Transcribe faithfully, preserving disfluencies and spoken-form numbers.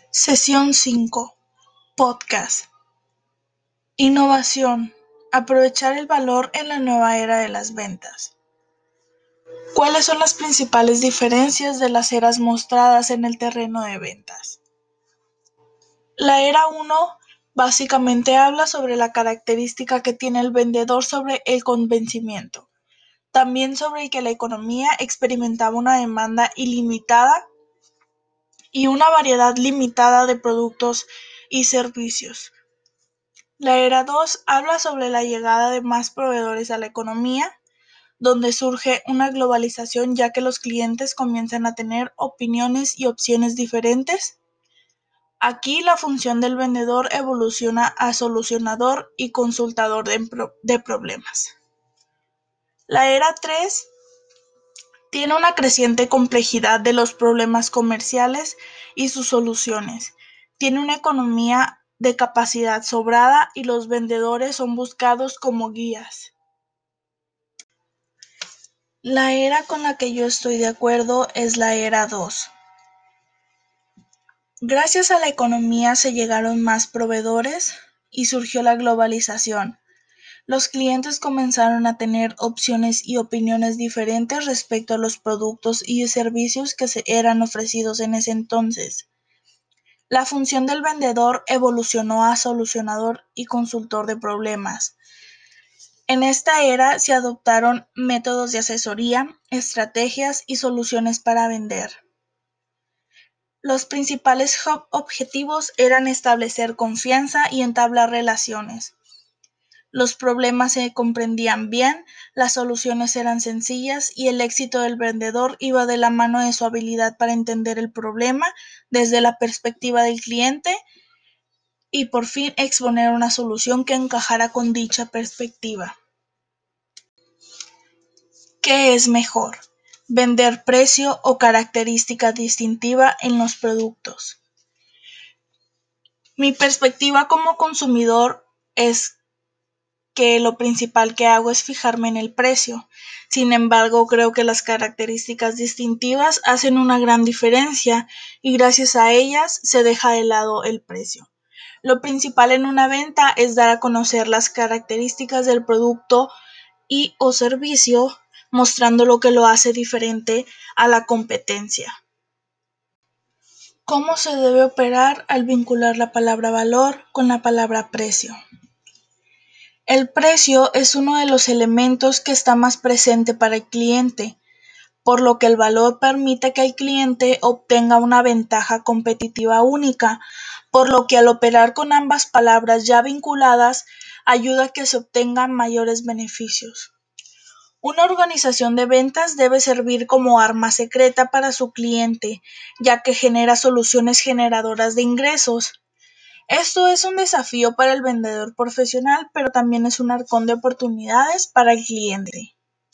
Sesión cinco. Podcast. Innovación. Aprovechar el valor en la nueva era de las ventas. ¿Cuáles son las principales diferencias de las eras mostradas en el terreno de ventas? La era uno básicamente habla sobre la característica que tiene el vendedor sobre el convencimiento. También sobre que la economía experimentaba una demanda ilimitada y una variedad limitada de productos y servicios. La era dos habla sobre la llegada de más proveedores a la economía, donde surge una globalización ya que los clientes comienzan a tener opiniones y opciones diferentes. Aquí la función del vendedor evoluciona a solucionador y consultador de, pro- de problemas. La era tres tiene una creciente complejidad de los problemas comerciales y sus soluciones. Tiene una economía de capacidad sobrada y los vendedores son buscados como guías. La era con la que yo estoy de acuerdo es la era dos. Gracias a la economía se llegaron más proveedores y surgió la globalización. Los clientes comenzaron a tener opciones y opiniones diferentes respecto a los productos y servicios que se eran ofrecidos en ese entonces. La función del vendedor evolucionó a solucionador y consultor de problemas. En esta era se adoptaron métodos de asesoría, estrategias y soluciones para vender. Los principales objetivos eran establecer confianza y entablar relaciones. Los problemas se comprendían bien, las soluciones eran sencillas y el éxito del vendedor iba de la mano de su habilidad para entender el problema desde la perspectiva del cliente y por fin exponer una solución que encajara con dicha perspectiva. ¿Qué es mejor? ¿Vender precio o característica distintiva en los productos? Mi perspectiva como consumidor es que lo principal que hago es fijarme en el precio. Sin embargo, creo que las características distintivas hacen una gran diferencia y gracias a ellas se deja de lado el precio. Lo principal en una venta es dar a conocer las características del producto y o servicio, mostrando lo que lo hace diferente a la competencia. ¿Cómo se debe operar al vincular la palabra valor con la palabra precio? El precio es uno de los elementos que está más presente para el cliente, por lo que el valor permite que el cliente obtenga una ventaja competitiva única, por lo que al operar con ambas palabras ya vinculadas ayuda a que se obtengan mayores beneficios. Una organización de ventas debe servir como arma secreta para su cliente, ya que genera soluciones generadoras de ingresos. Esto es un desafío para el vendedor profesional, pero también es un arcón de oportunidades para el cliente.